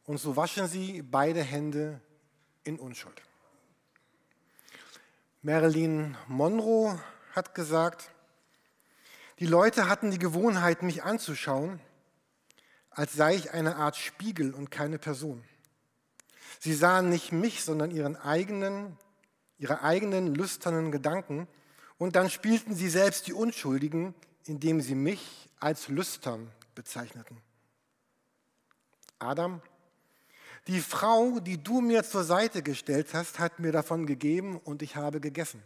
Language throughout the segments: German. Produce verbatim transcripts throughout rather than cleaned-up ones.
und so waschen sie beide Hände in Unschuld. Marilyn Monroe hat gesagt, die Leute hatten die Gewohnheit, mich anzuschauen, als sei ich eine Art Spiegel und keine Person. Sie sahen nicht mich, sondern ihren eigenen, ihre eigenen lüsternen Gedanken und dann spielten sie selbst die Unschuldigen, indem sie mich als lüstern bezeichneten. Adam, die Frau, die du mir zur Seite gestellt hast, hat mir davon gegeben und ich habe gegessen.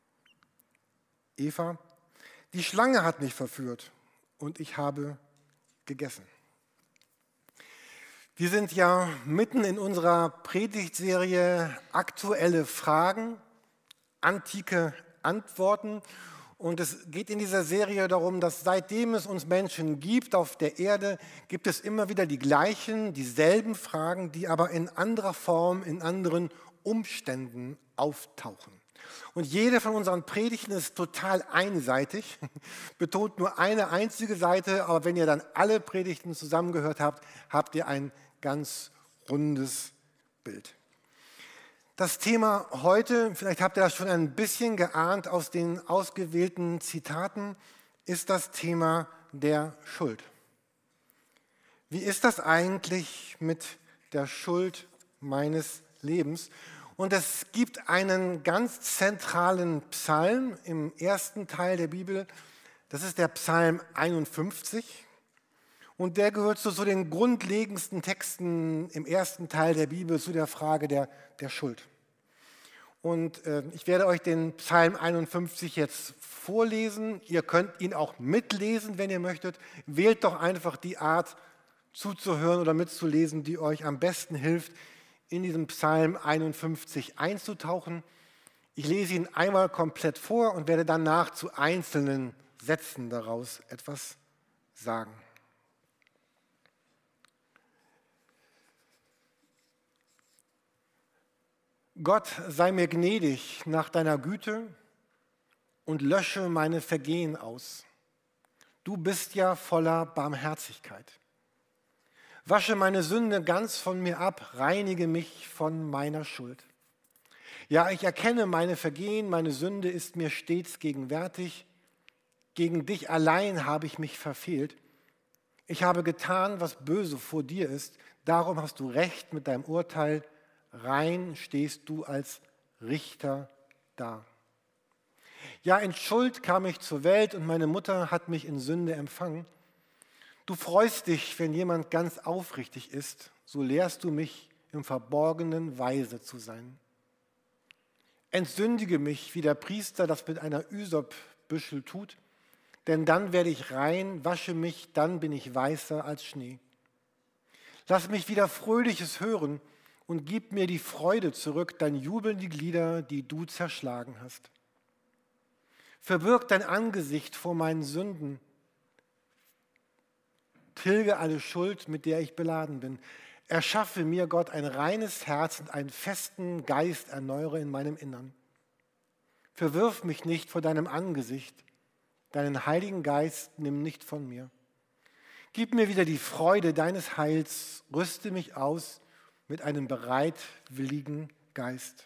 Eva, die Schlange hat mich verführt und ich habe gegessen. Wir sind ja mitten in unserer Predigtserie Aktuelle Fragen, antike Antworten. Und es geht in dieser Serie darum, dass seitdem es uns Menschen gibt auf der Erde, gibt es immer wieder die gleichen, dieselben Fragen, die aber in anderer Form, in anderen Umständen auftauchen. Und jede von unseren Predigten ist total einseitig, betont nur eine einzige Seite, aber wenn ihr dann alle Predigten zusammengehört habt, habt ihr ein ganz rundes Bild. Das Thema heute, vielleicht habt ihr das schon ein bisschen geahnt aus den ausgewählten Zitaten, ist das Thema der Schuld. Wie ist das eigentlich mit der Schuld meines Lebens? Und es gibt einen ganz zentralen Psalm im ersten Teil der Bibel, das ist der Psalm einundfünfzig. Und der gehört zu so den grundlegendsten Texten im ersten Teil der Bibel zu der Frage der, der Schuld. Und äh, ich werde euch den Psalm einundfünfzig jetzt vorlesen. Ihr könnt ihn auch mitlesen, wenn ihr möchtet. Wählt doch einfach die Art zuzuhören oder mitzulesen, die euch am besten hilft, in diesem Psalm einundfünfzig einzutauchen. Ich lese ihn einmal komplett vor und werde danach zu einzelnen Sätzen daraus etwas sagen. Gott, sei mir gnädig nach deiner Güte und lösche meine Vergehen aus. Du bist ja voller Barmherzigkeit. Wasche meine Sünde ganz von mir ab, reinige mich von meiner Schuld. Ja, ich erkenne meine Vergehen, meine Sünde ist mir stets gegenwärtig. Gegen dich allein habe ich mich verfehlt. Ich habe getan, was böse vor dir ist. Darum hast du recht mit deinem Urteil. Rein stehst du als Richter da. Ja, in Schuld kam ich zur Welt und meine Mutter hat mich in Sünde empfangen. Du freust dich, wenn jemand ganz aufrichtig ist, so lehrst du mich, im Verborgenen weise zu sein. Entsündige mich, wie der Priester das mit einer Ysopbüschel tut, denn dann werde ich rein, wasche mich, dann bin ich weißer als Schnee. Lass mich wieder Fröhliches hören und gib mir die Freude zurück, dann jubeln die Glieder, die du zerschlagen hast. Verbirg dein Angesicht vor meinen Sünden, tilge alle Schuld, mit der ich beladen bin. Erschaffe mir, Gott, ein reines Herz und einen festen Geist erneuere in meinem Innern. Verwirf mich nicht vor deinem Angesicht, deinen Heiligen Geist nimm nicht von mir. Gib mir wieder die Freude deines Heils, rüste mich aus mit einem bereitwilligen Geist.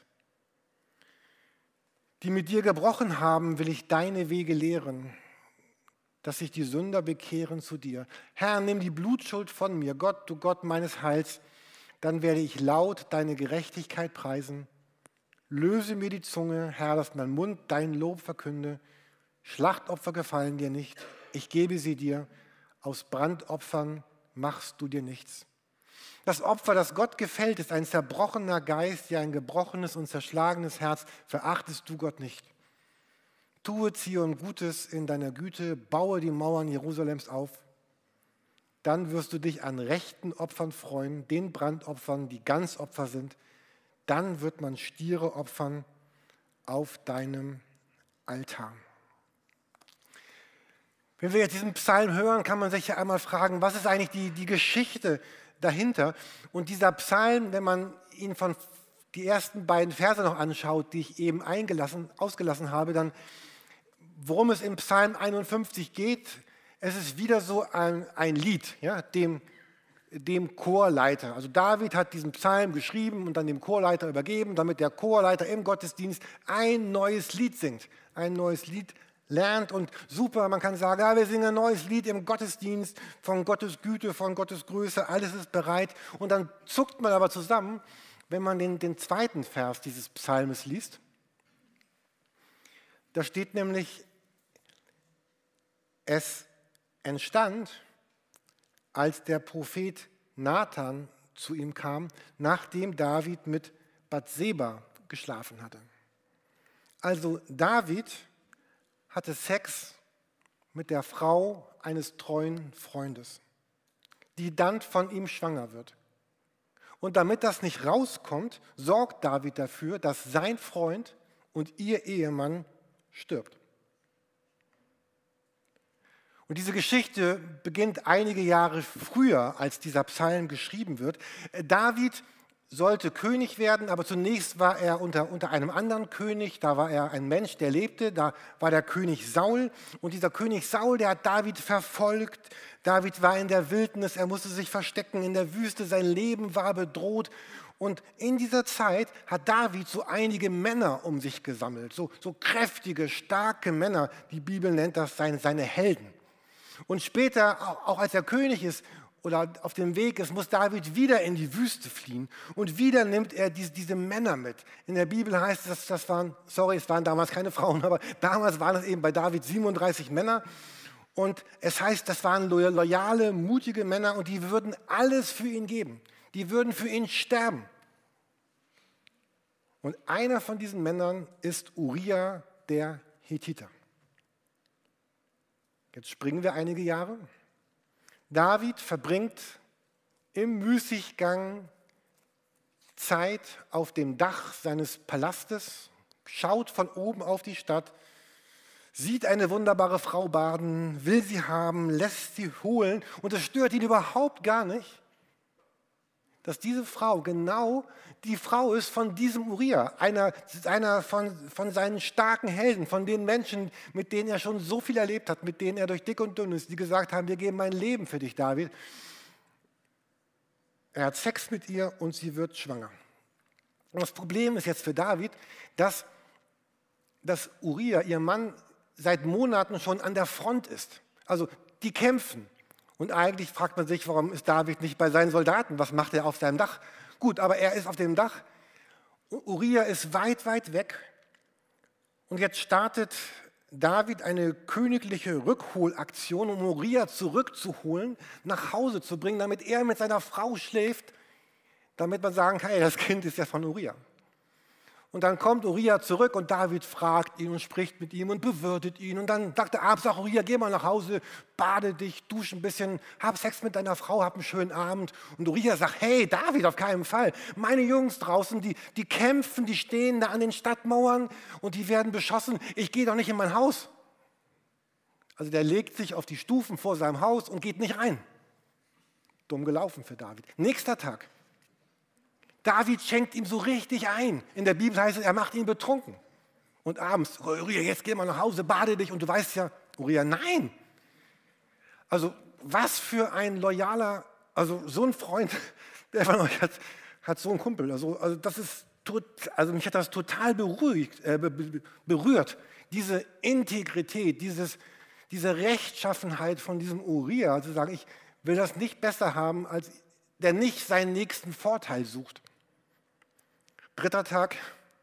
Die mit dir gebrochen haben, will ich deine Wege lehren, dass sich die Sünder bekehren zu dir. Herr, nimm die Blutschuld von mir, Gott, du Gott meines Heils, dann werde ich laut deine Gerechtigkeit preisen. Löse mir die Zunge, Herr, dass mein Mund dein Lob verkünde. Schlachtopfer gefallen dir nicht, ich gebe sie dir. Aus Brandopfern machst du dir nichts. Das Opfer, das Gott gefällt, ist ein zerbrochener Geist, ja ein gebrochenes und zerschlagenes Herz, verachtest du Gott nicht. Tue Zion Gutes in deiner Güte, baue die Mauern Jerusalems auf. Dann wirst du dich an rechten Opfern freuen, den Brandopfern, die Ganzopfer sind. Dann wird man Stiere opfern auf deinem Altar. Wenn wir jetzt diesen Psalm hören, kann man sich ja einmal fragen, was ist eigentlich die, die Geschichte dahinter? Und dieser Psalm, wenn man ihn von die ersten beiden Verse noch anschaut, die ich eben eingelassen, ausgelassen habe, dann worum es im Psalm einundfünfzig geht, es ist wieder so ein, ein Lied, ja, dem dem Chorleiter. Also David hat diesen Psalm geschrieben und dann dem Chorleiter übergeben, damit der Chorleiter im Gottesdienst ein neues Lied singt, ein neues Lied lernt. Und super, man kann sagen, ja, wir singen ein neues Lied im Gottesdienst von Gottes Güte, von Gottes Größe, alles ist bereit. Und dann zuckt man aber zusammen, wenn man den, den zweiten Vers dieses Psalmes liest. Da steht nämlich, es entstand, als der Prophet Nathan zu ihm kam, nachdem David mit Bathseba geschlafen hatte. Also David hatte Sex mit der Frau eines treuen Freundes, die dann von ihm schwanger wird. Und damit das nicht rauskommt, sorgt David dafür, dass sein Freund und ihr Ehemann stirbt. Und diese Geschichte beginnt einige Jahre früher, als dieser Psalm geschrieben wird. David sollte König werden, aber zunächst war er unter, unter einem anderen König. Da war er ein Mensch, der lebte. Da war der König Saul. Und dieser König Saul, der hat David verfolgt. David war in der Wildnis, er musste sich verstecken in der Wüste. Sein Leben war bedroht. Und in dieser Zeit hat David so einige Männer um sich gesammelt. So, so kräftige, starke Männer. Die Bibel nennt das seine, seine Helden. Und später, auch als er König ist oder auf dem Weg ist, muss David wieder in die Wüste fliehen. Und wieder nimmt er diese, diese Männer mit. In der Bibel heißt es, dass das waren, sorry, es waren damals keine Frauen, aber damals waren es eben bei David siebenunddreißig Männer. Und es heißt, das waren loyale, mutige Männer und die würden alles für ihn geben. Die würden für ihn sterben. Und einer von diesen Männern ist Uriah, der Hethiter. Jetzt springen wir einige Jahre. David verbringt im Müßiggang Zeit auf dem Dach seines Palastes, schaut von oben auf die Stadt, sieht eine wunderbare Frau baden, will sie haben, lässt sie holen und es stört ihn überhaupt gar nicht, dass diese Frau genau die Frau ist von diesem Uriah, einer, einer von, von seinen starken Helden, von den Menschen, mit denen er schon so viel erlebt hat, mit denen er durch dick und dünn ist, die gesagt haben, wir geben mein Leben für dich, David. Er hat Sex mit ihr und sie wird schwanger. Und das Problem ist jetzt für David, dass, dass Uriah, ihr Mann, seit Monaten schon an der Front ist. Also die kämpfen. Und eigentlich fragt man sich, warum ist David nicht bei seinen Soldaten? Was macht er auf seinem Dach? Gut, aber er ist auf dem Dach. Uriah ist weit, weit weg. Und jetzt startet David eine königliche Rückholaktion, um Uriah zurückzuholen, nach Hause zu bringen, damit er mit seiner Frau schläft, damit man sagen kann, hey, das Kind ist ja von Uriah. Und dann kommt Uriah zurück und David fragt ihn und spricht mit ihm und bewirtet ihn. Und dann sagt er abends, sag Uriah, geh mal nach Hause, bade dich, dusche ein bisschen, hab Sex mit deiner Frau, hab einen schönen Abend. Und Uriah sagt, hey David, auf keinen Fall. Meine Jungs draußen, die, die kämpfen, die stehen da an den Stadtmauern und die werden beschossen. Ich gehe doch nicht in mein Haus. Also der legt sich auf die Stufen vor seinem Haus und geht nicht rein. Dumm gelaufen für David. Nächster Tag. David schenkt ihm so richtig ein. In der Bibel heißt es, er macht ihn betrunken. Und abends, oh, Uriah, jetzt geh mal nach Hause, bade dich. Und du weißt ja, Uriah, nein. Also was für ein loyaler, also so ein Freund, der von euch hat, hat so einen Kumpel. Also, also, das ist, also mich hat das total beruhigt, äh, berührt. Diese Integrität, dieses, diese Rechtschaffenheit von diesem Uriah, zu sagen, ich will das nicht besser haben, als der nicht seinen nächsten Vorteil sucht. Dritter Tag,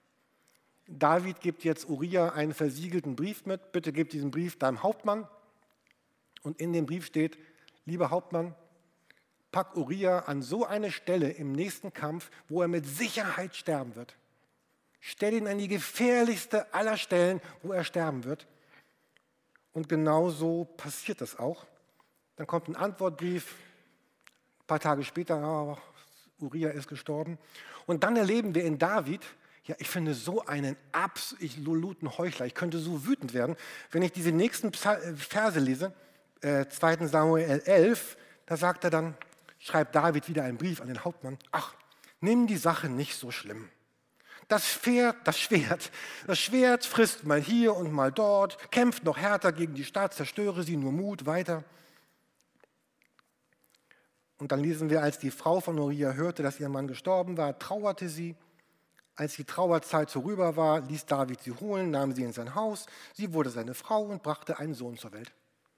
David gibt jetzt Uriah einen versiegelten Brief mit. Bitte gib diesen Brief deinem Hauptmann. Und in dem Brief steht, lieber Hauptmann, pack Uriah an so eine Stelle im nächsten Kampf, wo er mit Sicherheit sterben wird. Stell ihn an die gefährlichste aller Stellen, wo er sterben wird. Und genau so passiert das auch. Dann kommt ein Antwortbrief, ein paar Tage später, oh, Uriah ist gestorben. Und dann erleben wir in David, ja, ich finde so einen absoluten Heuchler. Ich könnte so wütend werden, wenn ich diese nächsten Verse lese, äh, zweiter Samuel elf, da sagt er dann, schreibt David wieder einen Brief an den Hauptmann, ach, nimm die Sache nicht so schlimm. Das Pferd, das Schwert, das Schwert frisst mal hier und mal dort, kämpft noch härter gegen die Stadt, zerstöre sie, nur Mut, weiter. Und dann lesen wir, als die Frau von Uria hörte, dass ihr Mann gestorben war, trauerte sie. Als die Trauerzeit vorüber war, ließ David sie holen, nahm sie in sein Haus. Sie wurde seine Frau und brachte einen Sohn zur Welt.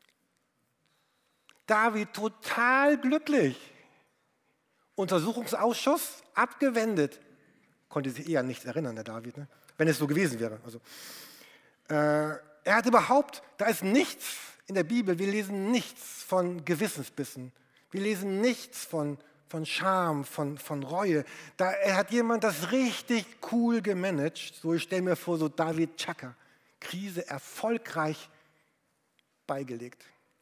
David total glücklich. Untersuchungsausschuss abgewendet. Konnte sich eher an nichts erinnern, der David, ne? Wenn es so gewesen wäre. Also, äh, er hat überhaupt, da ist nichts in der Bibel, wir lesen nichts von Gewissensbissen. Wir lesen nichts von, von Scham, von, von Reue. Da er hat jemand das richtig cool gemanagt. So, ich stelle mir vor, so David Chaka. Krise erfolgreich beigelegt.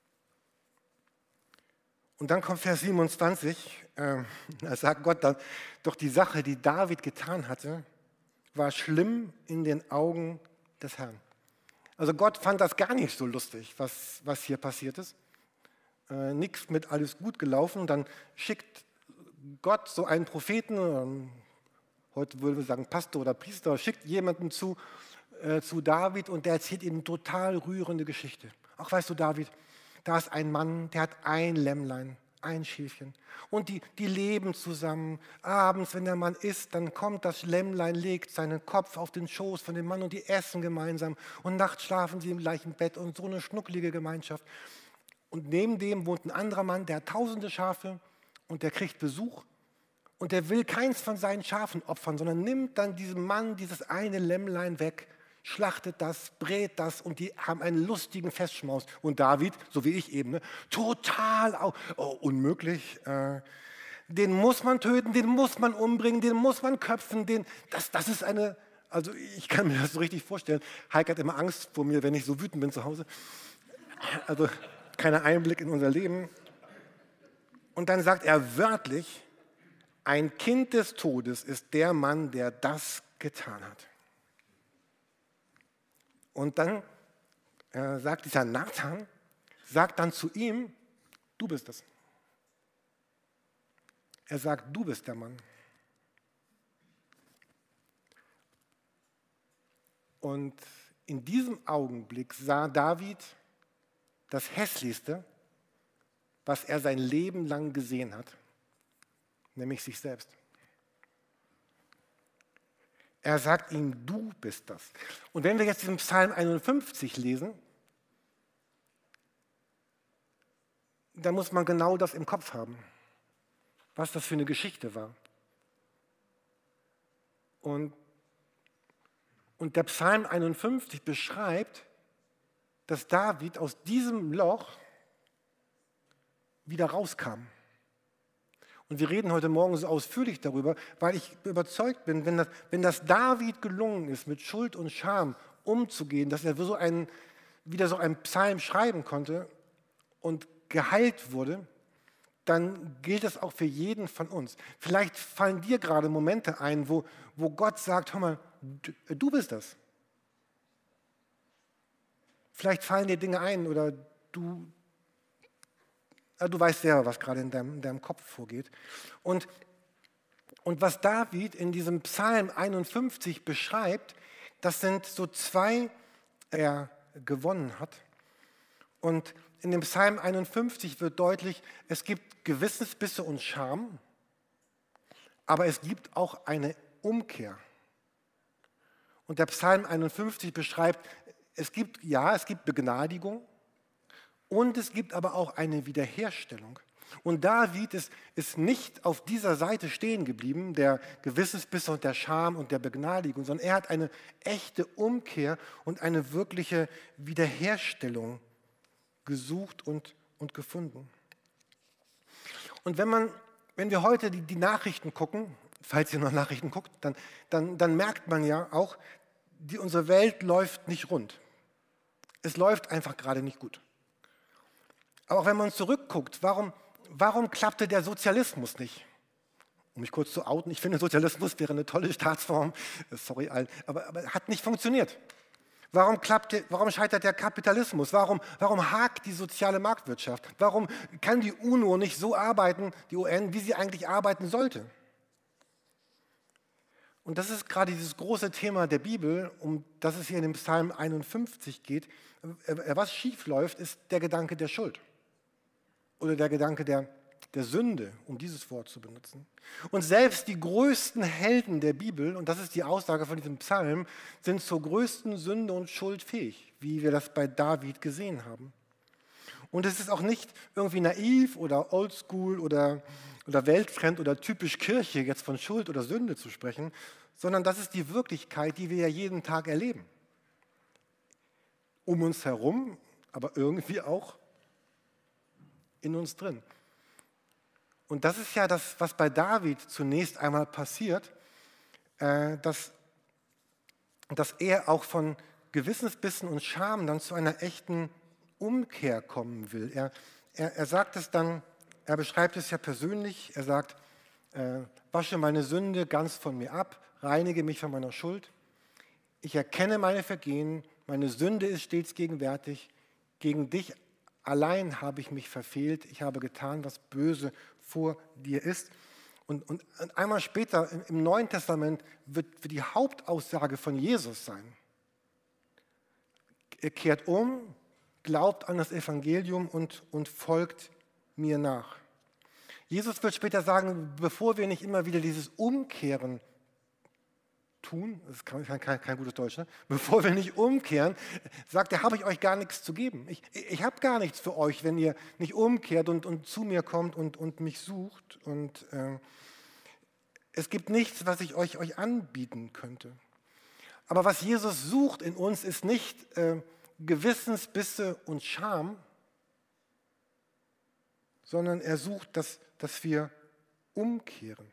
Und dann kommt Vers siebenundzwanzig, äh, da sagt Gott dann, doch die Sache, die David getan hatte, war schlimm in den Augen des Herrn. Also Gott fand das gar nicht so lustig, was, was hier passiert ist. Äh, nichts mit alles gut gelaufen. Und dann schickt Gott so einen Propheten, ähm, heute würden wir sagen Pastor oder Priester, schickt jemanden zu, äh, zu David und der erzählt ihm eine total rührende Geschichte. Ach, weißt du, David, da ist ein Mann, der hat ein Lämmlein, ein Schäfchen. Und die, die leben zusammen. Abends, wenn der Mann isst, dann kommt das Lämmlein, legt seinen Kopf auf den Schoß von dem Mann und die essen gemeinsam. Und nachts schlafen sie im gleichen Bett und so eine schnuckelige Gemeinschaft. Und neben dem wohnt ein anderer Mann, der hat tausende Schafe und der kriegt Besuch. Und der will keins von seinen Schafen opfern, sondern nimmt dann diesem Mann dieses eine Lämmlein weg, schlachtet das, brät das und die haben einen lustigen Festschmaus. Und David, so wie ich eben, ne, total, au- oh, unmöglich, äh, den muss man töten, den muss man umbringen, den muss man köpfen, den, das, das ist eine, also ich kann mir das so richtig vorstellen. Heike hat immer Angst vor mir, wenn ich so wütend bin zu Hause. Also keiner Einblick in unser Leben. Und dann sagt er wörtlich, ein Kind des Todes ist der Mann, der das getan hat. Und dann äh, sagt dieser Nathan, sagt dann zu ihm, du bist es. Er sagt, du bist der Mann. Und in diesem Augenblick sah David das Hässlichste, was er sein Leben lang gesehen hat, nämlich sich selbst. Er sagt ihm, du bist das. Und wenn wir jetzt diesen Psalm einundfünfzig lesen, dann muss man genau das im Kopf haben, was das für eine Geschichte war. Und, und der Psalm einundfünfzig beschreibt, dass David aus diesem Loch wieder rauskam. Und wir reden heute Morgen so ausführlich darüber, weil ich überzeugt bin, wenn das, wenn das David gelungen ist, mit Schuld und Scham umzugehen, dass er so einen, wieder so einen Psalm schreiben konnte und geheilt wurde, dann gilt das auch für jeden von uns. Vielleicht fallen dir gerade Momente ein, wo, wo Gott sagt, hör mal, du bist das. Vielleicht fallen dir Dinge ein oder du, du weißt selber, was gerade in deinem, in deinem Kopf vorgeht. Und, und was David in diesem Psalm einundfünfzig beschreibt, das sind so zwei, die er gewonnen hat. Und in dem Psalm einundfünfzig wird deutlich, es gibt Gewissensbisse und Scham, aber es gibt auch eine Umkehr. Und der Psalm einundfünfzig beschreibt, es gibt, ja, es gibt Begnadigung und es gibt aber auch eine Wiederherstellung. Und David ist, ist nicht auf dieser Seite stehen geblieben, der Gewissensbisse und der Scham und der Begnadigung, sondern er hat eine echte Umkehr und eine wirkliche Wiederherstellung gesucht und, und gefunden. Und wenn, man, wenn wir heute die, die Nachrichten gucken, falls ihr noch Nachrichten guckt, dann, dann, dann merkt man ja auch, die, unsere Welt läuft nicht rund. Es läuft einfach gerade nicht gut. Aber auch wenn man zurückguckt, warum, warum klappte der Sozialismus nicht? Um mich kurz zu outen, ich finde, Sozialismus wäre eine tolle Staatsform, sorry, aber, aber hat nicht funktioniert. Warum, klappt, warum scheitert der Kapitalismus? Warum, warum hakt die soziale Marktwirtschaft? Warum kann die UNO nicht so arbeiten, die U N, wie sie eigentlich arbeiten sollte? Und das ist gerade dieses große Thema der Bibel, um das es hier in dem Psalm einundfünfzig geht. Was schief läuft, ist der Gedanke der Schuld oder der Gedanke der, der Sünde, um dieses Wort zu benutzen. Und selbst die größten Helden der Bibel, und das ist die Aussage von diesem Psalm, sind zur größten Sünde und Schuld fähig, wie wir das bei David gesehen haben. Und es ist auch nicht irgendwie naiv oder oldschool oder, oder weltfremd oder typisch Kirche, jetzt von Schuld oder Sünde zu sprechen, sondern das ist die Wirklichkeit, die wir ja jeden Tag erleben. Um uns herum, aber irgendwie auch in uns drin. Und das ist ja das, was bei David zunächst einmal passiert, äh, dass, dass er auch von Gewissensbissen und Scham dann zu einer echten Umkehr kommen will. Er, er, er sagt es dann, er beschreibt es ja persönlich, er sagt, äh, wasche meine Sünde ganz von mir ab, reinige mich von meiner Schuld. Ich erkenne meine Vergehen, meine Sünde ist stets gegenwärtig, gegen dich allein habe ich mich verfehlt, ich habe getan, was böse vor dir ist. Und, und einmal später im, im Neuen Testament wird, wird die Hauptaussage von Jesus sein. Er kehrt um, glaubt an das Evangelium und, und folgt mir nach. Jesus wird später sagen, bevor wir nicht immer wieder dieses Umkehren tun, das ist kein, kein, kein gutes Deutsch, ne? Bevor wir nicht umkehren, sagt er, habe ich euch gar nichts zu geben. Ich, ich habe gar nichts für euch, wenn ihr nicht umkehrt und, und zu mir kommt und, und mich sucht. Und äh, es gibt nichts, was ich euch, euch anbieten könnte. Aber was Jesus sucht in uns, ist nicht äh, Gewissensbisse und Scham, sondern er sucht, dass, dass wir umkehren.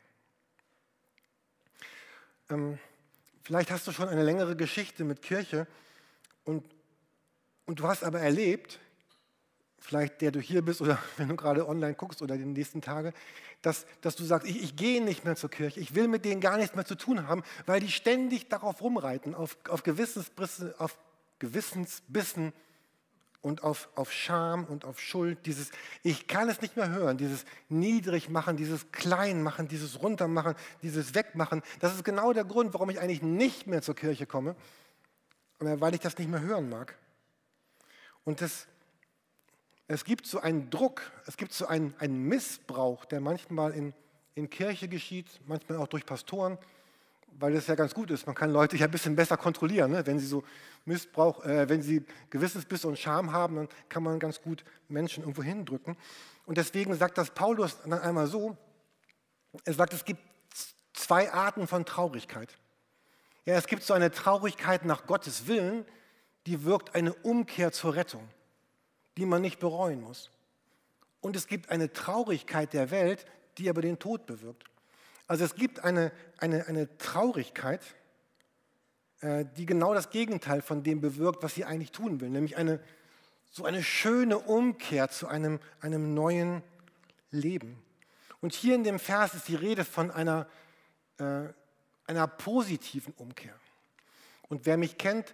Ähm, Vielleicht hast du schon eine längere Geschichte mit Kirche und, und du hast aber erlebt, vielleicht der du hier bist oder wenn du gerade online guckst oder die nächsten Tage, dass, dass du sagst, ich, ich gehe nicht mehr zur Kirche, ich will mit denen gar nichts mehr zu tun haben, weil die ständig darauf rumreiten, auf, auf, Gewissensbissen, auf Gewissensbissen und auf, auf Scham und auf Schuld, dieses ich kann es nicht mehr hören, dieses Niedrigmachen, dieses Kleinmachen, dieses Runtermachen, dieses Wegmachen. Das ist genau der Grund, warum ich eigentlich nicht mehr zur Kirche komme, weil ich das nicht mehr hören mag. Und das, es gibt so einen Druck, es gibt so einen, einen Missbrauch, der manchmal in, in Kirche geschieht, manchmal auch durch Pastoren, weil das ja ganz gut ist. Man kann Leute ja ein bisschen besser kontrollieren. Ne? Wenn sie so Missbrauch, äh, wenn sie Gewissensbisse und Scham haben, dann kann man ganz gut Menschen irgendwo hindrücken. Und deswegen sagt das Paulus dann einmal so, er sagt, es gibt zwei Arten von Traurigkeit. Ja, es gibt so eine Traurigkeit nach Gottes Willen, die wirkt eine Umkehr zur Rettung, die man nicht bereuen muss. Und es gibt eine Traurigkeit der Welt, die aber den Tod bewirkt. Also es gibt eine, eine, eine Traurigkeit, äh, die genau das Gegenteil von dem bewirkt, was sie eigentlich tun will, nämlich eine, so eine schöne Umkehr zu einem, einem neuen Leben. Und hier in dem Vers ist die Rede von einer, äh, einer positiven Umkehr. Und wer mich kennt,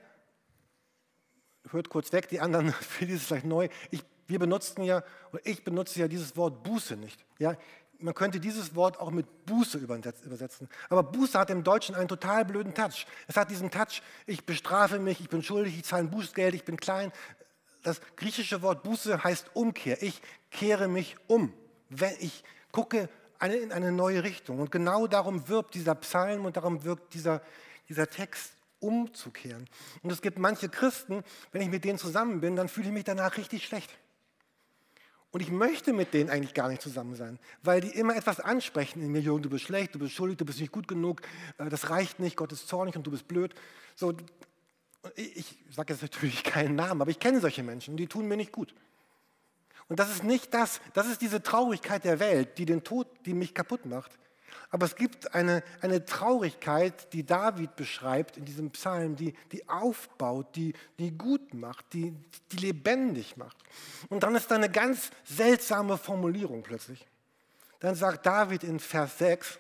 hört kurz weg, die anderen, für dieses vielleicht neu, ich, wir benutzen ja, oder ich benutze ja dieses Wort Buße nicht. Ja? Man könnte dieses Wort auch mit Buße übersetzen. Aber Buße hat im Deutschen einen total blöden Touch. Es hat diesen Touch, ich bestrafe mich, ich bin schuldig, ich zahle ein Bußgeld, ich bin klein. Das griechische Wort Buße heißt Umkehr. Ich kehre mich um. Wenn ich gucke in eine neue Richtung. Und genau darum wirbt dieser Psalm und darum wirbt dieser, dieser Text, umzukehren. Und es gibt manche Christen, wenn ich mit denen zusammen bin, dann fühle ich mich danach richtig schlecht. Und ich möchte mit denen eigentlich gar nicht zusammen sein, weil die immer etwas ansprechen in mir, Jürgen, du bist schlecht, du bist schuldig, du bist nicht gut genug, das reicht nicht, Gott ist zornig und du bist blöd. So, ich, ich sage jetzt natürlich keinen Namen, aber ich kenne solche Menschen und die tun mir nicht gut. Und das ist nicht das, das ist diese Traurigkeit der Welt, die den Tod, die mich kaputt macht. Aber es gibt eine, eine Traurigkeit, die David beschreibt in diesem Psalm, die, die aufbaut, die, die gut macht, die, die lebendig macht. Und dann ist da eine ganz seltsame Formulierung plötzlich. Dann sagt David in Vers sechs,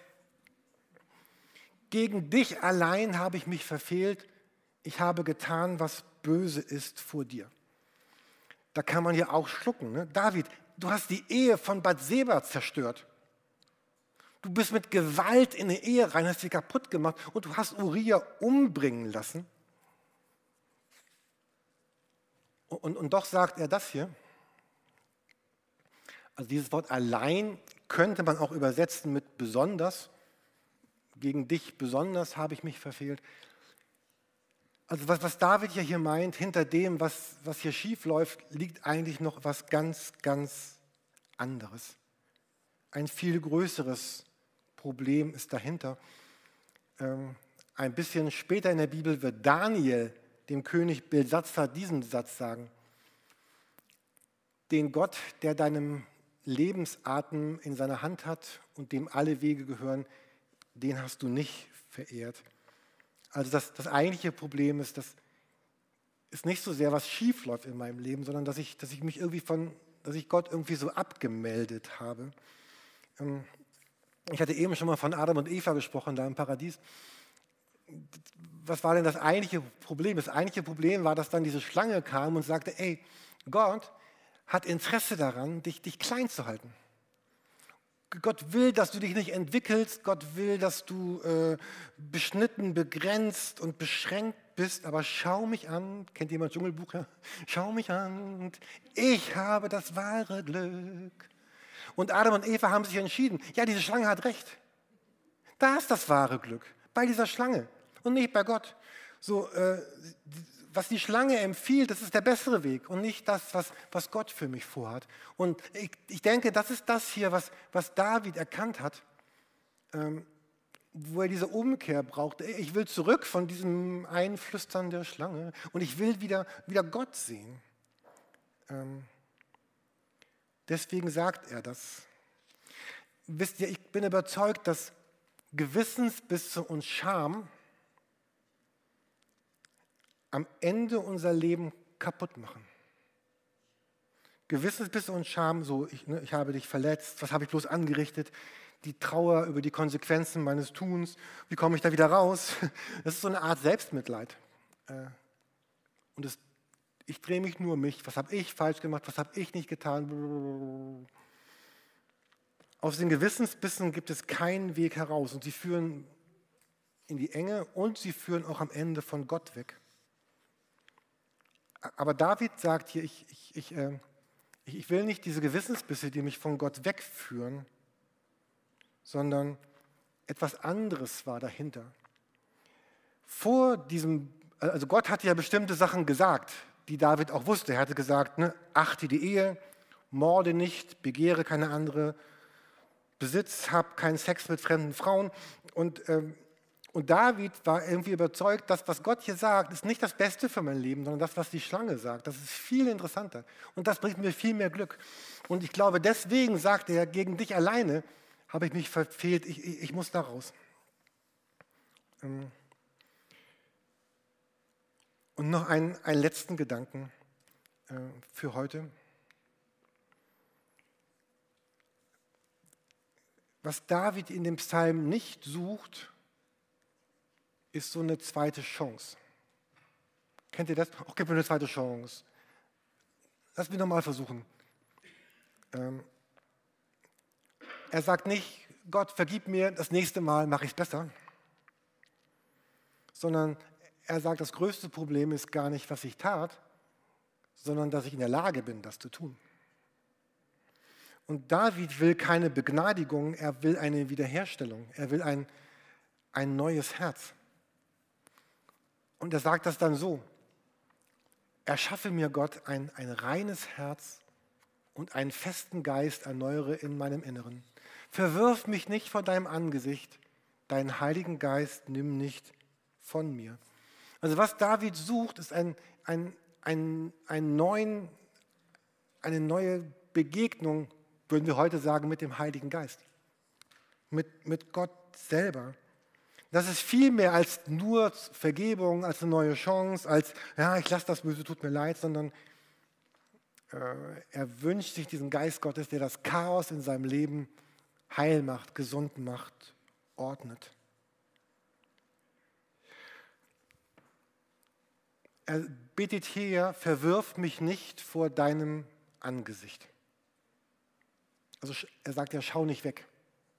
gegen dich allein habe ich mich verfehlt, ich habe getan, was böse ist vor dir. Da kann man ja auch schlucken. Ne? David, du hast die Ehe von Bathseba zerstört. Du bist mit Gewalt in eine Ehe rein, hast sie kaputt gemacht und du hast Uriah umbringen lassen. Und, und doch sagt er das hier. Also dieses Wort allein könnte man auch übersetzen mit besonders. Gegen dich besonders habe ich mich verfehlt. Also was, was David ja hier meint, hinter dem, was, was hier schief läuft, liegt eigentlich noch was ganz, ganz anderes. Ein viel größeres Problem ist dahinter. Ähm, ein bisschen später in der Bibel wird Daniel dem König Belsatzar diesen Satz sagen: Den Gott, der deinem Lebensatem in seiner Hand hat und dem alle Wege gehören, den hast du nicht verehrt. Also das, das eigentliche Problem ist, das ist nicht so sehr, was schief läuft in meinem Leben, sondern dass ich, dass ich mich irgendwie von, dass ich Gott irgendwie so abgemeldet habe. Ich hatte eben schon mal von Adam und Eva gesprochen, da im Paradies. Was war denn das eigentliche Problem? Das eigentliche Problem war, dass dann diese Schlange kam und sagte: Ey, Gott hat Interesse daran, dich, dich klein zu halten. Gott will, dass du dich nicht entwickelst. Gott will, dass du äh, beschnitten, begrenzt und beschränkt bist. Aber schau mich an. Kennt jemand Dschungelbuch? Ja? Schau mich an. Ich habe das wahre Glück. Und Adam und Eva haben sich entschieden. Ja, diese Schlange hat recht. Da ist das wahre Glück. Bei dieser Schlange und nicht bei Gott. So, äh, was die Schlange empfiehlt, das ist der bessere Weg und nicht das, was, was Gott für mich vorhat. Und ich, ich denke, das ist das hier, was, was David erkannt hat, ähm, wo er diese Umkehr braucht. Ich will zurück von diesem Einflüstern der Schlange und ich will wieder, wieder Gott sehen. Ähm, deswegen sagt er das. Wisst ihr, ich bin überzeugt, dass Gewissensbisse und Scham am Ende unser Leben kaputt machen. Gewissensbisse und Scham, so ich, ne, ich habe dich verletzt, was habe ich bloß angerichtet, die Trauer über die Konsequenzen meines Tuns, wie komme ich da wieder raus? Das ist so eine Art Selbstmitleid. Und es, ich drehe mich nur um mich, was habe ich falsch gemacht, was habe ich nicht getan? Aus den Gewissensbissen gibt es keinen Weg heraus und sie führen in die Enge und sie führen auch am Ende von Gott weg. Aber David sagt hier, ich, ich, ich, äh, ich will nicht diese Gewissensbisse, die mich von Gott wegführen, sondern etwas anderes war dahinter. Vor diesem, also Gott hatte ja bestimmte Sachen gesagt, die David auch wusste. Er hatte gesagt, ne, achte die Ehe, morde nicht, begehre keine andere, Besitz, hab keinen Sex mit fremden Frauen. Und ähm, Und David war irgendwie überzeugt, dass was Gott hier sagt, ist nicht das Beste für mein Leben, sondern das, was die Schlange sagt. Das ist viel interessanter. Und das bringt mir viel mehr Glück. Und ich glaube, deswegen sagt er, gegen dich alleine habe ich mich verfehlt, ich, ich, ich muss da raus. Und noch einen, einen letzten Gedanken für heute. Was David in dem Psalm nicht sucht, ist so eine zweite Chance. Kennt ihr das? Ach, gib mir eine zweite Chance. Lass mich nochmal versuchen. Ähm, er sagt nicht, Gott, vergib mir, das nächste Mal mache ich es besser. Sondern er sagt, das größte Problem ist gar nicht, was ich tat, sondern dass ich in der Lage bin, das zu tun. Und David will keine Begnadigung, er will eine Wiederherstellung. Er will ein, ein neues Herz. Und er sagt das dann so: Erschaffe mir, Gott, ein, ein reines Herz und einen festen Geist erneuere in meinem Inneren. Verwirf mich nicht vor deinem Angesicht, deinen Heiligen Geist nimm nicht von mir. Also was David sucht, ist ein, ein, ein, ein neuen, eine neue Begegnung, würden wir heute sagen, mit dem Heiligen Geist, mit, mit Gott selber. Das ist viel mehr als nur Vergebung, als eine neue Chance, als, ja, ich lasse das Böse, tut mir leid, sondern äh, er wünscht sich diesen Geist Gottes, der das Chaos in seinem Leben heil macht, gesund macht, ordnet. Er betet hier, verwirf mich nicht vor deinem Angesicht. Also er sagt ja, schau nicht weg.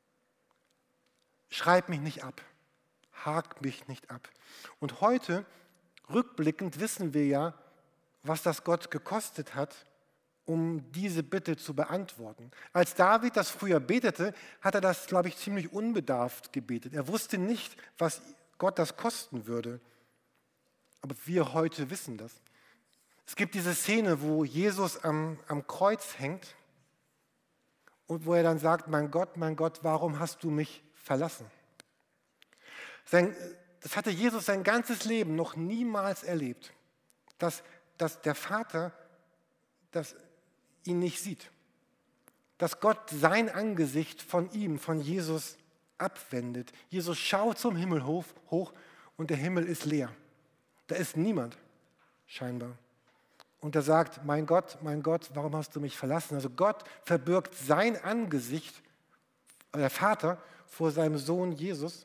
Schreib mich nicht ab. Hakt mich nicht ab. Und heute, rückblickend, wissen wir ja, was das Gott gekostet hat, um diese Bitte zu beantworten. Als David das früher betete, hat er das, glaube ich, ziemlich unbedarft gebetet. Er wusste nicht, was Gott das kosten würde. Aber wir heute wissen das. Es gibt diese Szene, wo Jesus am, am Kreuz hängt und wo er dann sagt, mein Gott, mein Gott, warum hast du mich verlassen? Sein, das hatte Jesus sein ganzes Leben noch niemals erlebt, dass, dass der Vater das ihn nicht sieht, dass Gott sein Angesicht von ihm, von Jesus abwendet. Jesus schaut zum Himmel hoch, hoch und der Himmel ist leer. Da ist niemand, scheinbar. Und er sagt, mein Gott, mein Gott, warum hast du mich verlassen? Also Gott verbirgt sein Angesicht, der Vater, vor seinem Sohn Jesus.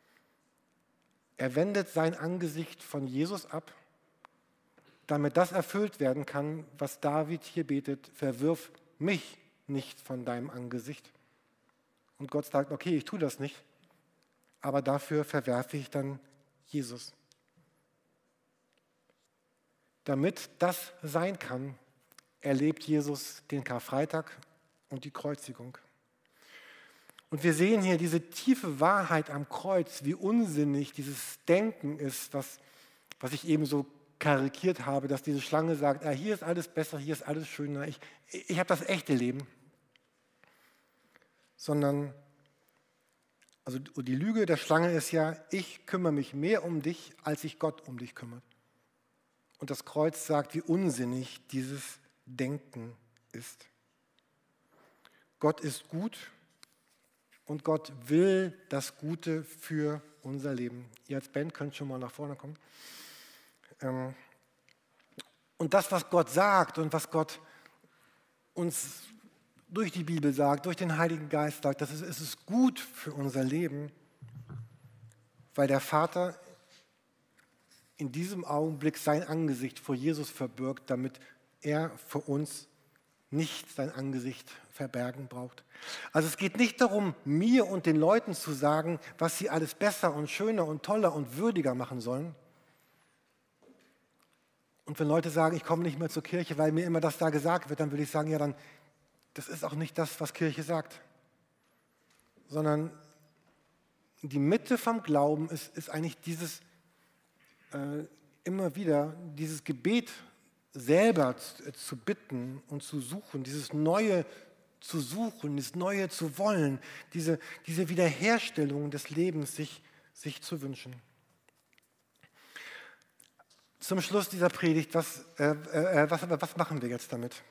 Er wendet sein Angesicht von Jesus ab, damit das erfüllt werden kann, was David hier betet, verwirf mich nicht von deinem Angesicht. Und Gott sagt, okay, ich tue das nicht, aber dafür verwerfe ich dann Jesus. Damit das sein kann, erlebt Jesus den Karfreitag und die Kreuzigung. Und wir sehen hier diese tiefe Wahrheit am Kreuz, wie unsinnig dieses Denken ist, was, was ich eben so karikiert habe, dass diese Schlange sagt, ah, hier ist alles besser, hier ist alles schöner, ich, ich habe das echte Leben. Sondern, also die Lüge der Schlange ist ja, ich kümmere mich mehr um dich, als sich Gott um dich kümmert. Und das Kreuz sagt, wie unsinnig dieses Denken ist. Gott ist gut und Gott will das Gute für unser Leben. Ihr als Band könnt schon mal nach vorne kommen. Und das, was Gott sagt und was Gott uns durch die Bibel sagt, durch den Heiligen Geist sagt, das ist, es ist gut für unser Leben, weil der Vater in diesem Augenblick sein Angesicht vor Jesus verbirgt, damit er für uns nicht sein Angesicht verbergen braucht. Also es geht nicht darum, mir und den Leuten zu sagen, was sie alles besser und schöner und toller und würdiger machen sollen. Und wenn Leute sagen, ich komme nicht mehr zur Kirche, weil mir immer das da gesagt wird, dann würde ich sagen, ja, dann, das ist auch nicht das, was Kirche sagt. Sondern die Mitte vom Glauben ist, ist eigentlich dieses Äh, immer wieder dieses Gebet selber zu, zu bitten und zu suchen, dieses Neue zu suchen, das Neue zu wollen, diese, diese Wiederherstellung des Lebens sich, sich zu wünschen. Zum Schluss dieser Predigt, was, äh, äh, was, was machen wir jetzt damit?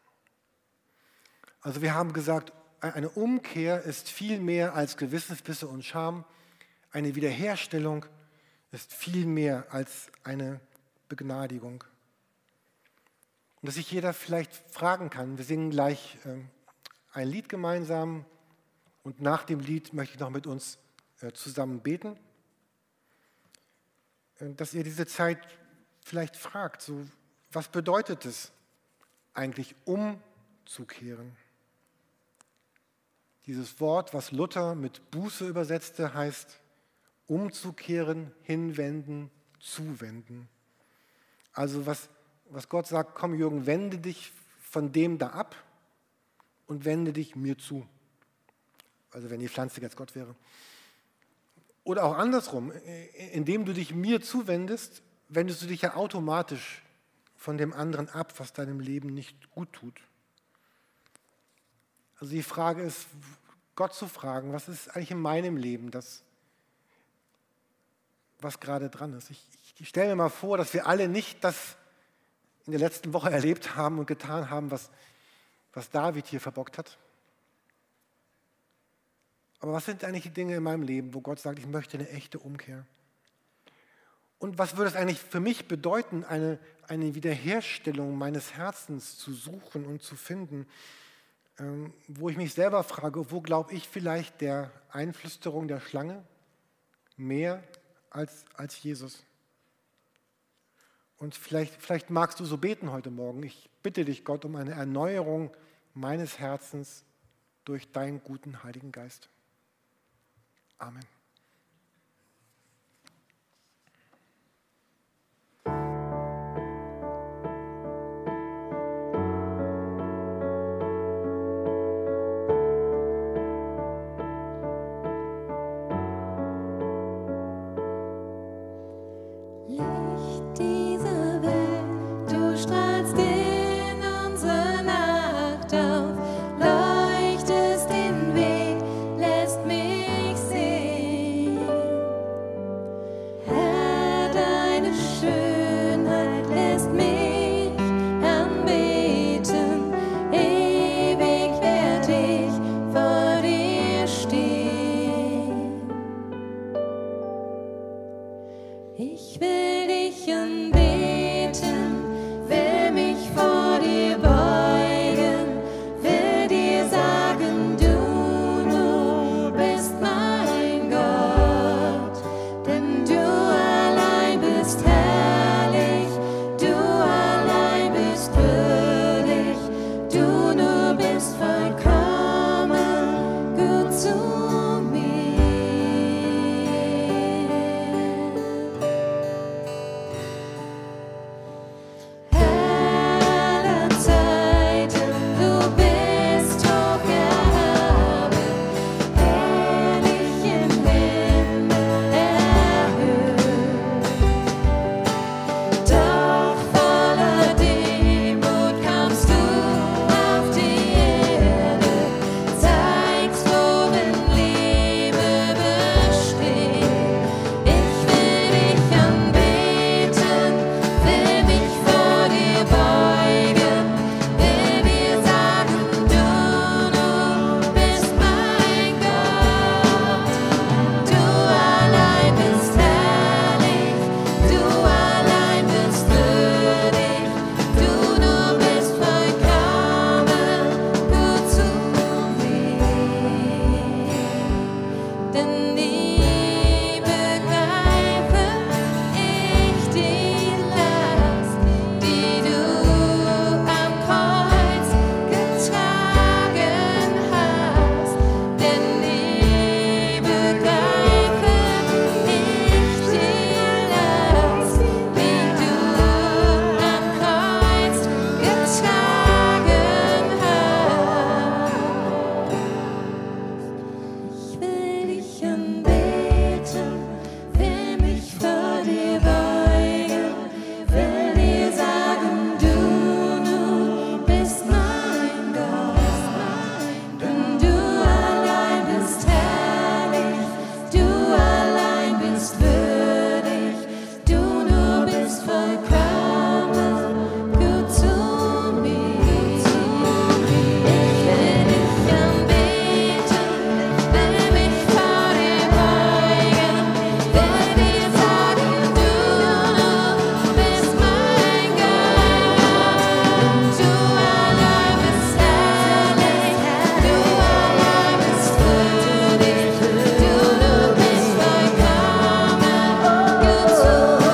Also wir haben gesagt, eine Umkehr ist viel mehr als Gewissensbisse und Scham, eine Wiederherstellung ist viel mehr als eine Begnadigung. Und dass sich jeder vielleicht fragen kann, wir singen gleich äh, ein Lied gemeinsam und nach dem Lied möchte ich noch mit uns äh, zusammen beten, äh, dass ihr diese Zeit vielleicht fragt, so, was bedeutet es eigentlich umzukehren? Dieses Wort, was Luther mit Buße übersetzte, heißt umzukehren, hinwenden, zuwenden. Also was, was Gott sagt, komm Jürgen, wende dich von dem da ab und wende dich mir zu. Also wenn die Pflanze jetzt Gott wäre. Oder auch andersrum, indem du dich mir zuwendest, wendest du dich ja automatisch von dem anderen ab, was deinem Leben nicht gut tut. Also die Frage ist, Gott zu fragen, was ist eigentlich in meinem Leben das, was gerade dran ist. Ich, ich stelle mir mal vor, dass wir alle nicht das in der letzten Woche erlebt haben und getan haben, was, was David hier verbockt hat. Aber was sind eigentlich die Dinge in meinem Leben, wo Gott sagt, ich möchte eine echte Umkehr? Und was würde es eigentlich für mich bedeuten, eine, eine Wiederherstellung meines Herzens zu suchen und zu finden, ähm, wo ich mich selber frage, wo glaube ich vielleicht der Einflüsterung der Schlange mehr Als, als Jesus. Und vielleicht, vielleicht magst du so beten heute Morgen. Ich bitte dich, Gott, um eine Erneuerung meines Herzens durch deinen guten Heiligen Geist. Amen. Ich will dich anbeten, will mich vor dir beugen, will dir sagen, du nur bist mein Gott, denn du allein bist herrlich, du allein bist würdig, du nur bist vollkommen gut zu mir. Alle Zeiten, du bist hoch erhaben, herrlich im Himmel erhöht. Doch voller Demut kamst du auf die Erde, zeigst, worin Liebe besteht. Ich will dich anbeten, will mich vor dir beugen, will dir sagen, du nur bist mein Gott. Du allein bist herrlich, du allein bist würdig, du nur bist vollkommen gut zu mir. Denn nie begreife ich die Last, die du am Kreuz getragen hast. Denn nie begreife ich die Last, die du am Kreuz getragen hast. Ich will dich anbeten, will mich vor dir beugen, will dir sagen, du nur bist mein Gott, denn du allein bist herrlich, du allein bist würdig, du nur bist vollkommen gut zu mir. Ich will dich anbeten, will mich vor dir beugen, will dir sagen, du nur bist mein Gott. Du allein bist herrlich, du allein bist würdig, du nur bist vollkommen gut zu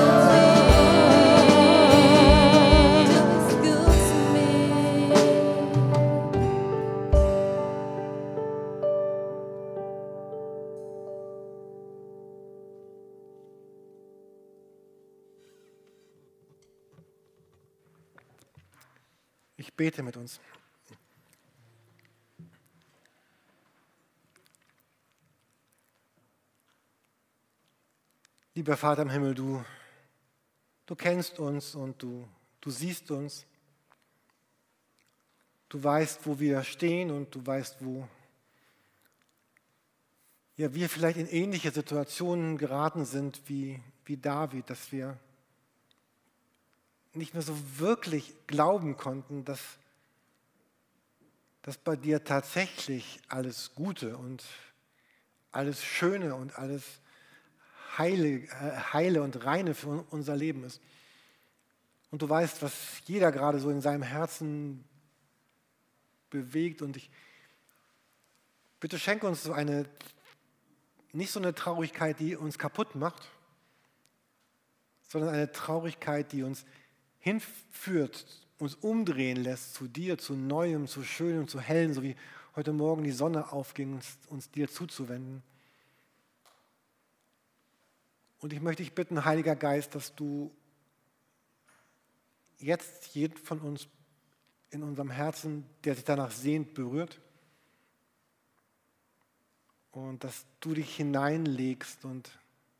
mir. Du bist gut zu mir. Ich bete mit uns. Lieber Vater im Himmel, du, du kennst uns und du, du siehst uns. Du weißt, wo wir stehen und du weißt, wo ja, wir vielleicht in ähnliche Situationen geraten sind wie, wie David, dass wir nicht mehr so wirklich glauben konnten, dass, dass bei dir tatsächlich alles Gute und alles Schöne und alles Heile, äh, Heile und Reine für unser Leben ist. Und du weißt, was jeder gerade so in seinem Herzen bewegt. Und ich bitte schenke uns so eine, nicht so eine Traurigkeit, die uns kaputt macht, sondern eine Traurigkeit, die uns hinführt, uns umdrehen lässt zu dir, zu Neuem, zu Schönem, zu Hellen, so wie heute Morgen die Sonne aufging, uns, uns dir zuzuwenden. Und ich möchte dich bitten, Heiliger Geist, dass du jetzt jeden von uns in unserem Herzen, der sich danach sehnt, berührt. Und dass du dich hineinlegst und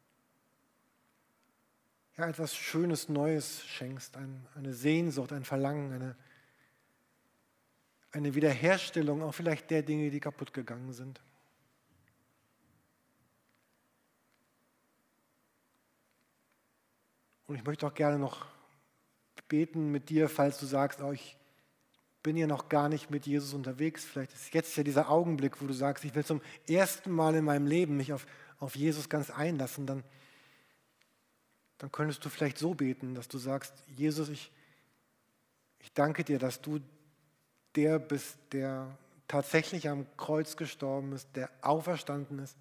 ja, etwas Schönes, Neues schenkst, ein, eine Sehnsucht, ein Verlangen, eine, eine Wiederherstellung auch vielleicht der Dinge, die kaputt gegangen sind. Und ich möchte auch gerne noch beten mit dir, falls du sagst, oh, ich bin ja noch gar nicht mit Jesus unterwegs. Vielleicht ist jetzt ja dieser Augenblick, wo du sagst, ich will zum ersten Mal in meinem Leben mich auf, auf Jesus ganz einlassen. Dann dann könntest du vielleicht so beten, dass du sagst, Jesus, ich, ich danke dir, dass du der bist, der tatsächlich am Kreuz gestorben ist, der auferstanden ist.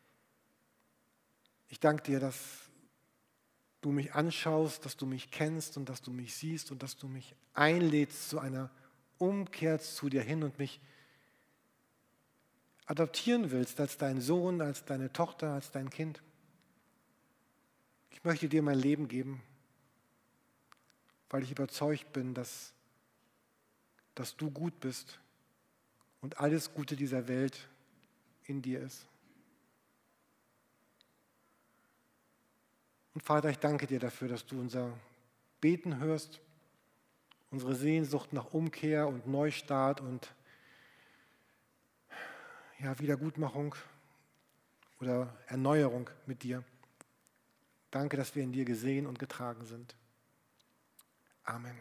Ich danke dir, dass du mich anschaust, dass du mich kennst und dass du mich siehst und dass du mich einlädst zu einer Umkehr zu dir hin und mich adoptieren willst als dein Sohn, als deine Tochter, als dein Kind. Ich möchte dir mein Leben geben, weil ich überzeugt bin, dass, dass du gut bist und alles Gute dieser Welt in dir ist. Und Vater, ich danke dir dafür, dass du unser Beten hörst, unsere Sehnsucht nach Umkehr und Neustart und ja, Wiedergutmachung oder Erneuerung mit dir. Danke, dass wir in dir gesehen und getragen sind. Amen.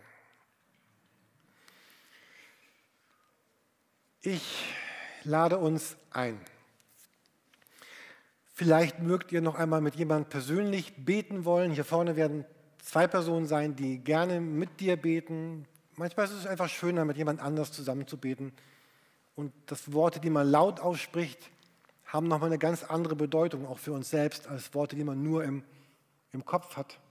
Ich lade uns ein. Vielleicht mögt ihr noch einmal mit jemandem persönlich beten wollen. Hier vorne werden zwei Personen sein, die gerne mit dir beten. Manchmal ist es einfach schöner, mit jemand anders zusammen zu beten. Und das Worte, die man laut ausspricht, haben nochmal eine ganz andere Bedeutung, auch für uns selbst, als Worte, die man nur im, im Kopf hat.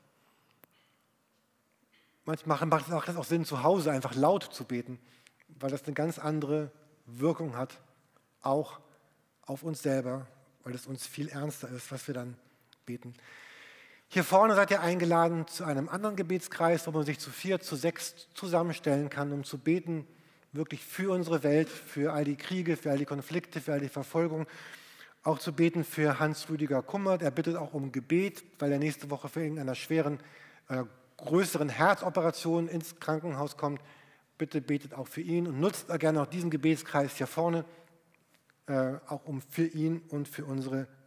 Manchmal macht es auch Sinn, zu Hause einfach laut zu beten, weil das eine ganz andere Wirkung hat, auch auf uns selber, weil es uns viel ernster ist, was wir dann beten. Hier vorne seid ihr eingeladen zu einem anderen Gebetskreis, wo man sich zu vier, zu sechs zusammenstellen kann, um zu beten, wirklich für unsere Welt, für all die Kriege, für all die Konflikte, für all die Verfolgung, auch zu beten für Hans-Rüdiger Kummert. Er bittet auch um Gebet, weil er nächste Woche für irgendeiner schweren, äh, größeren Herzoperation ins Krankenhaus kommt. Bitte betet auch für ihn und nutzt gerne auch diesen Gebetskreis hier vorne, äh, auch um für ihn und für unsere